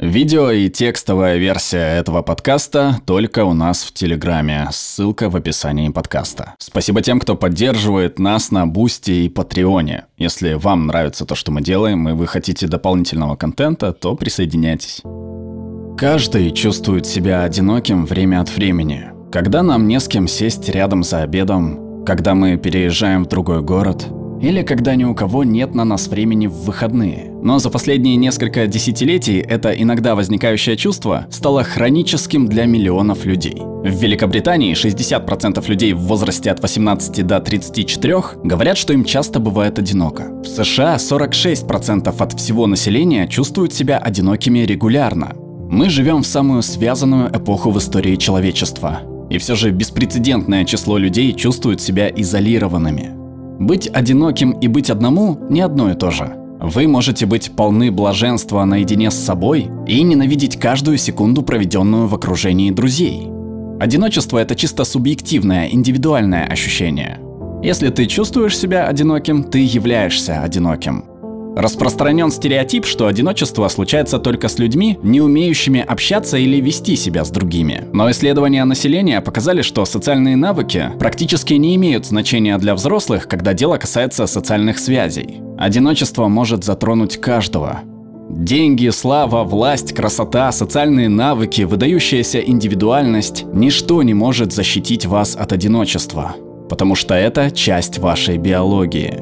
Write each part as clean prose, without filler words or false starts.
Видео и текстовая версия этого подкаста только у нас в Телеграме. Ссылка в описании подкаста. Спасибо тем, кто поддерживает нас на Бусти и Патреоне. Если вам нравится то, что мы делаем, и вы хотите дополнительного контента, то присоединяйтесь. Каждый чувствует себя одиноким время от времени. Когда нам не с кем сесть рядом за обедом, когда мы переезжаем в другой город, или когда ни у кого нет на нас времени в выходные. Но за последние несколько десятилетий это иногда возникающее чувство стало хроническим для миллионов людей. В Великобритании 60% людей в возрасте от 18 до 34 говорят, что им часто бывает одиноко. В США 46% от всего населения чувствуют себя одинокими регулярно. Мы живем в самую связанную эпоху в истории человечества. И все же беспрецедентное число людей чувствуют себя изолированными. Быть одиноким и быть одному не одно и то же. Вы можете быть полны блаженства наедине с собой и ненавидеть каждую секунду, проведенную в окружении друзей. Одиночество – это чисто субъективное, индивидуальное ощущение. Если ты чувствуешь себя одиноким, ты являешься одиноким. Распространен стереотип, что одиночество случается только с людьми, не умеющими общаться или вести себя с другими. Но исследования населения показали, что социальные навыки практически не имеют значения для взрослых, когда дело касается социальных связей. Одиночество может затронуть каждого. Деньги, слава, власть, красота, социальные навыки, выдающаяся индивидуальность – ничто не может защитить вас от одиночества, потому что это часть вашей биологии.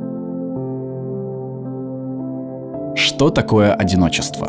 Что такое одиночество?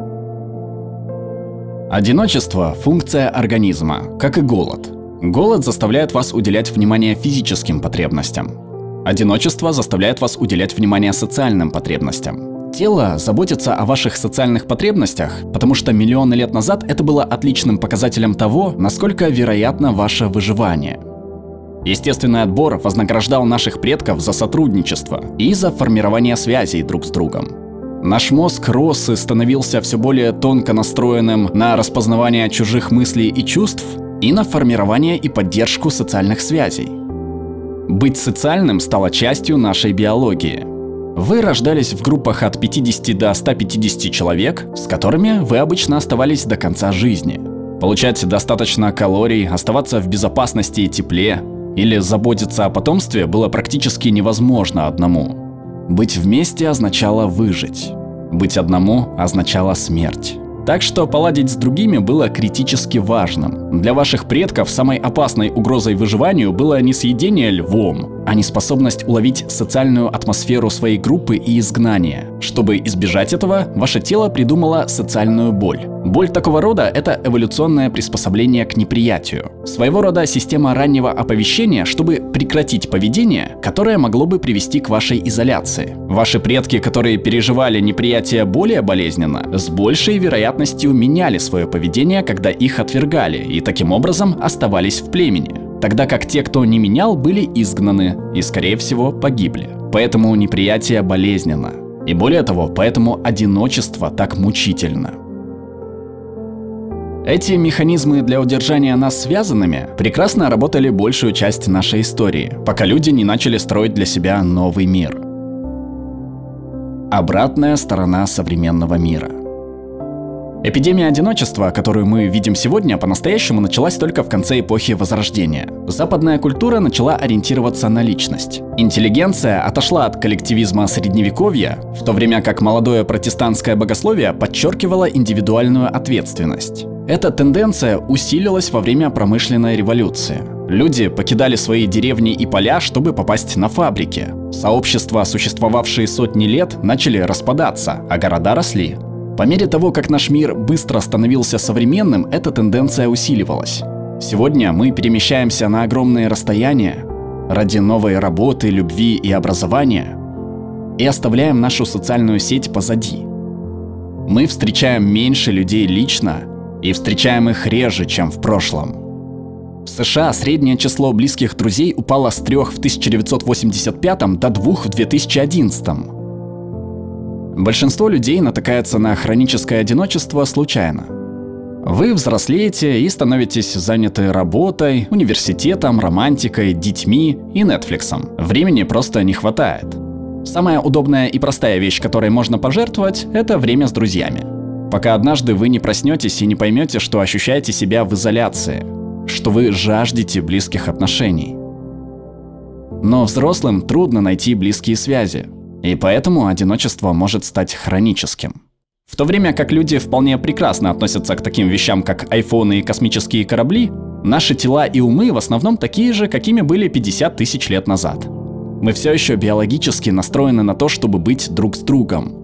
Одиночество – функция организма, как и голод. Голод заставляет вас уделять внимание физическим потребностям. Одиночество заставляет вас уделять внимание социальным потребностям. Тело заботится о ваших социальных потребностях, потому что миллионы лет назад это было отличным показателем того, насколько вероятно ваше выживание. Естественный отбор вознаграждал наших предков за сотрудничество и за формирование связей друг с другом. Наш мозг рос и становился все более тонко настроенным на распознавание чужих мыслей и чувств и на формирование и поддержку социальных связей. Быть социальным стало частью нашей биологии. Вы рождались в группах от 50 до 150 человек, с которыми вы обычно оставались до конца жизни. Получать достаточно калорий, оставаться в безопасности и тепле или заботиться о потомстве было практически невозможно одному. Быть вместе означало выжить. Быть одному означало смерть. Так что поладить с другими было критически важным. Для ваших предков самой опасной угрозой выживанию было не съедение львом, а неспособность уловить социальную атмосферу своей группы и изгнание. Чтобы избежать этого, ваше тело придумало социальную боль. Боль такого рода – это эволюционное приспособление к неприятию. Своего рода система раннего оповещения, чтобы прекратить поведение, которое могло бы привести к вашей изоляции. Ваши предки, которые переживали неприятие более болезненно, с большей вероятностью меняли свое поведение, когда их отвергали, и таким образом оставались в племени. Тогда как те, кто не менял, были изгнаны и, скорее всего, погибли. Поэтому неприятие болезненно. И более того, поэтому одиночество так мучительно. Эти механизмы для удержания нас связанными прекрасно работали большую часть нашей истории, пока люди не начали строить для себя новый мир. Обратная сторона современного мира. Эпидемия одиночества, которую мы видим сегодня, по-настоящему началась только в конце эпохи Возрождения. Западная культура начала ориентироваться на личность. Интеллигенция отошла от коллективизма Средневековья, в то время как молодое протестантское богословие подчеркивало индивидуальную ответственность. Эта тенденция усилилась во время промышленной революции. Люди покидали свои деревни и поля, чтобы попасть на фабрики. Сообщества, существовавшие сотни лет, начали распадаться, а города росли. По мере того, как наш мир быстро становился современным, эта тенденция усиливалась. Сегодня мы перемещаемся на огромные расстояния ради новой работы, любви и образования и оставляем нашу социальную сеть позади. Мы встречаем меньше людей лично и встречаем их реже, чем в прошлом. В США среднее число близких друзей упало с 3 в 1985 до 2 в 2011. Большинство людей натыкается на хроническое одиночество случайно. Вы взрослеете и становитесь заняты работой, университетом, романтикой, детьми и Netflix'ом. Времени просто не хватает. Самая удобная и простая вещь, которой можно пожертвовать, это время с друзьями. пока однажды вы не проснетесь и не поймете, что ощущаете себя в изоляции, что вы жаждете близких отношений. Но взрослым трудно найти близкие связи, и поэтому одиночество может стать хроническим. В то время как люди вполне прекрасно относятся к таким вещам, как айфоны и космические корабли, наши тела и умы в основном такие же, какими были 50 тысяч лет назад. Мы все еще биологически настроены на то, чтобы быть друг с другом.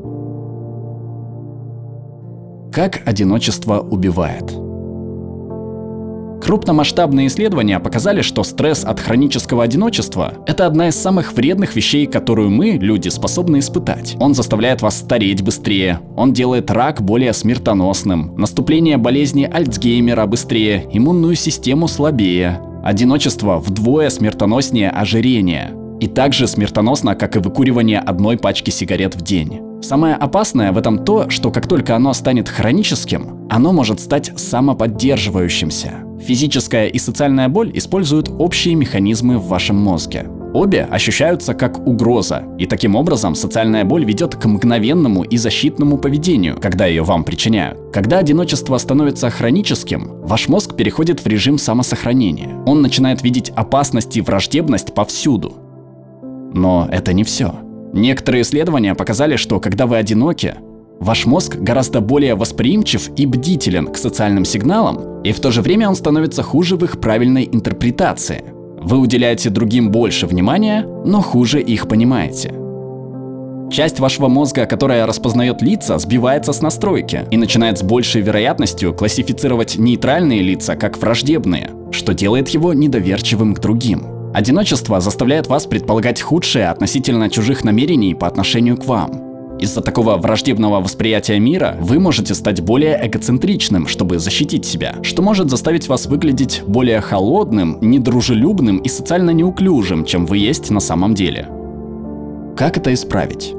Как одиночество убивает? Крупномасштабные исследования показали, что стресс от хронического одиночества – это одна из самых вредных вещей, которую мы, люди, способны испытать. Он заставляет вас стареть быстрее, он делает рак более смертоносным, наступление болезни Альцгеймера быстрее, иммунную систему слабее. Одиночество вдвое смертоноснее ожирения. И также смертоносно, как и выкуривание одной пачки сигарет в день. Самое опасное в этом то, что как только оно станет хроническим, оно может стать самоподдерживающимся. Физическая и социальная боль используют общие механизмы в вашем мозге. Обе ощущаются как угроза, и таким образом социальная боль ведет к мгновенному и защитному поведению, когда ее вам причиняют. Когда одиночество становится хроническим, ваш мозг переходит в режим самосохранения. Он начинает видеть опасность и враждебность повсюду. Но это не все. Некоторые исследования показали, что когда вы одиноки, ваш мозг гораздо более восприимчив и бдителен к социальным сигналам, и в то же время он становится хуже в их правильной интерпретации. Вы уделяете другим больше внимания, но хуже их понимаете. Часть вашего мозга, которая распознает лица, сбивается с настройки и начинает с большей вероятностью классифицировать нейтральные лица как враждебные, что делает его недоверчивым к другим. Одиночество заставляет вас предполагать худшее относительно чужих намерений по отношению к вам. Из-за такого враждебного восприятия мира вы можете стать более эгоцентричным, чтобы защитить себя, что может заставить вас выглядеть более холодным, недружелюбным и социально неуклюжим, чем вы есть на самом деле. Как это исправить?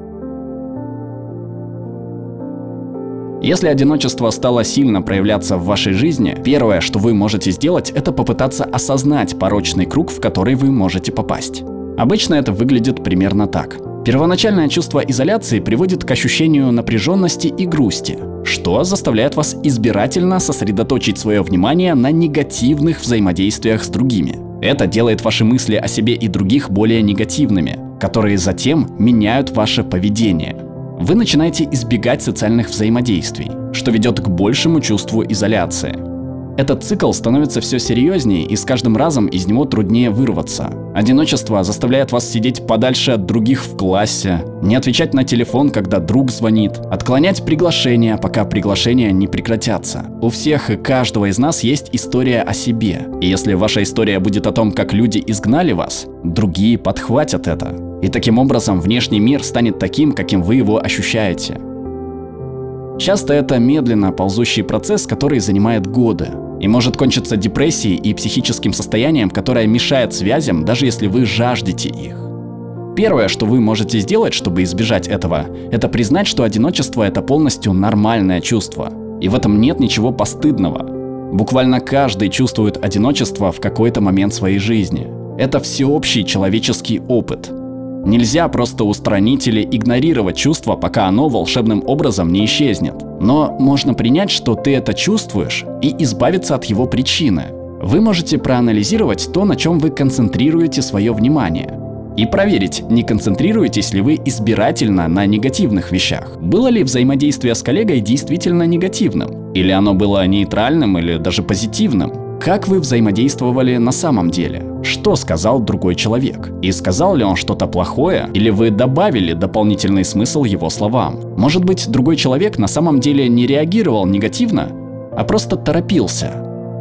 Если одиночество стало сильно проявляться в вашей жизни, первое, что вы можете сделать, это попытаться осознать порочный круг, в который вы можете попасть. Обычно это выглядит примерно так. Первоначальное чувство изоляции приводит к ощущению напряженности и грусти, что заставляет вас избирательно сосредоточить свое внимание на негативных взаимодействиях с другими. Это делает ваши мысли о себе и других более негативными, которые затем меняют ваше поведение. Вы начинаете избегать социальных взаимодействий, что ведет к большему чувству изоляции. Этот цикл становится все серьезнее, и с каждым разом из него труднее вырваться. Одиночество заставляет вас сидеть подальше от других в классе, не отвечать на телефон, когда друг звонит, отклонять приглашения, пока приглашения не прекратятся. У всех и каждого из нас есть история о себе. И если ваша история будет о том, как люди изгнали вас, другие подхватят это. И таким образом внешний мир станет таким, каким вы его ощущаете. Часто это медленно ползущий процесс, который занимает годы, и может кончиться депрессией и психическим состоянием, которое мешает связям, даже если вы жаждете их. Первое, что вы можете сделать, чтобы избежать этого, это признать, что одиночество – это полностью нормальное чувство, и в этом нет ничего постыдного. Буквально каждый чувствует одиночество в какой-то момент своей жизни. Это всеобщий человеческий опыт. Нельзя просто устранить или игнорировать чувство, пока оно волшебным образом не исчезнет. Но можно принять, что ты это чувствуешь, и избавиться от его причины. Вы можете проанализировать то, на чем вы концентрируете свое внимание, и проверить, не концентрируетесь ли вы избирательно на негативных вещах. Было ли взаимодействие с коллегой действительно негативным? Или оно было нейтральным или даже позитивным? Как вы взаимодействовали на самом деле? Что сказал другой человек? И сказал ли он что-то плохое, или вы добавили дополнительный смысл его словам? Может быть, другой человек на самом деле не реагировал негативно, а просто торопился?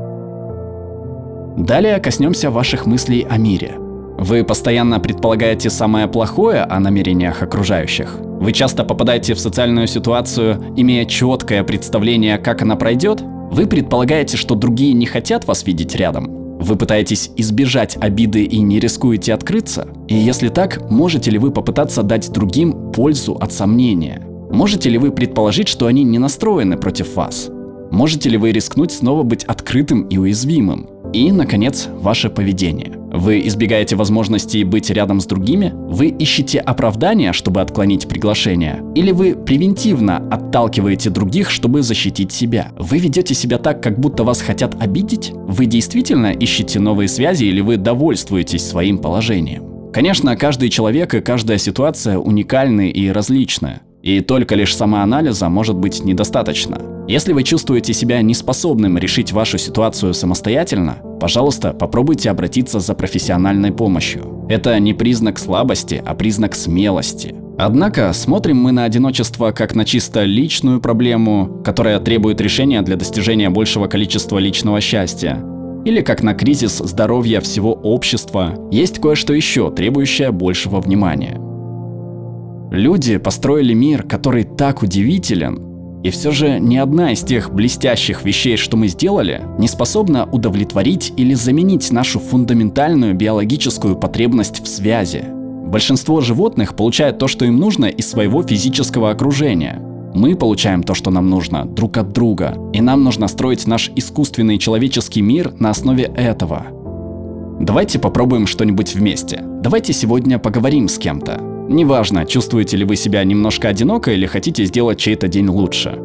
Далее коснемся ваших мыслей о мире. Вы постоянно предполагаете самое плохое о намерениях окружающих. Вы часто попадаете в социальную ситуацию, имея четкое представление, как она пройдет. Вы предполагаете, что другие не хотят вас видеть рядом. Вы пытаетесь избежать обиды и не рискуете открыться. И если так, можете ли вы попытаться дать другим пользу от сомнения? Можете ли вы предположить, что они не настроены против вас? Можете ли вы рискнуть снова быть открытым и уязвимым? И, наконец, ваше поведение. Вы избегаете возможности быть рядом с другими? Вы ищете оправдания, чтобы отклонить приглашение? Или вы превентивно отталкиваете других, чтобы защитить себя? Вы ведете себя так, как будто вас хотят обидеть? Вы действительно ищете новые связи или вы довольствуетесь своим положением? Конечно, каждый человек и каждая ситуация уникальны и различны. И только лишь самоанализа может быть недостаточно. Если вы чувствуете себя неспособным решить вашу ситуацию самостоятельно, пожалуйста, попробуйте обратиться за профессиональной помощью. Это не признак слабости, а признак смелости. Однако, смотрим мы на одиночество как на чисто личную проблему, которая требует решения для достижения большего количества личного счастья, или как на кризис здоровья всего общества, есть кое-что еще, требующее большего внимания. Люди построили мир, который так удивителен, и все же ни одна из тех блестящих вещей, что мы сделали, не способна удовлетворить или заменить нашу фундаментальную биологическую потребность в связи. Большинство животных получает то, что им нужно, из своего физического окружения. Мы получаем то, что нам нужно, друг от друга, и нам нужно строить наш искусственный человеческий мир на основе этого. Давайте попробуем что-нибудь вместе. Давайте сегодня поговорим с кем-то. Неважно, чувствуете ли вы себя немножко одиноко или хотите сделать чей-то день лучше.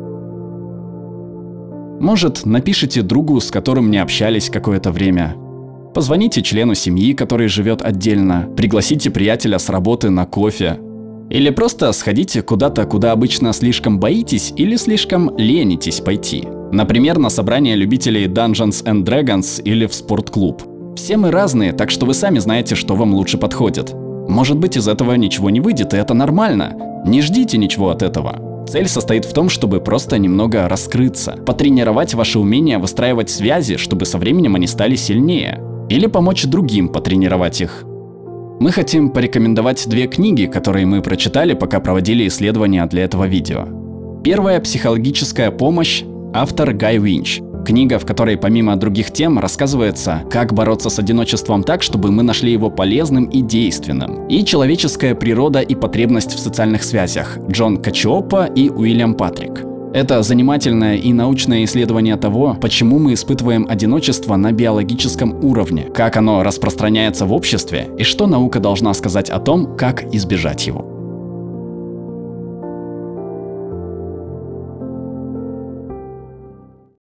Может, напишите другу, с которым не общались какое-то время. Позвоните члену семьи, который живет отдельно. Пригласите приятеля с работы на кофе. Или просто сходите куда-то, куда обычно слишком боитесь или слишком ленитесь пойти. Например, на собрание любителей Dungeons and Dragons или в спортклуб. Все мы разные, так что вы сами знаете, что вам лучше подходит. Может быть, из этого ничего не выйдет, и это нормально. Не ждите ничего от этого. Цель состоит в том, чтобы просто немного раскрыться, потренировать ваше умение выстраивать связи, чтобы со временем они стали сильнее. Или помочь другим потренировать их. Мы хотим порекомендовать 2 книги, которые мы прочитали, пока проводили исследования для этого видео. Первая — «Психологическая помощь», автор Гай Винч. Книга, в которой помимо других тем рассказывается, как бороться с одиночеством так, чтобы мы нашли его полезным и действенным. И «Человеческая природа и потребность в социальных связях», Джон Качиоппа и Уильям Патрик. Это занимательное и научное исследование того, почему мы испытываем одиночество на биологическом уровне, как оно распространяется в обществе и что наука должна сказать о том, как избежать его.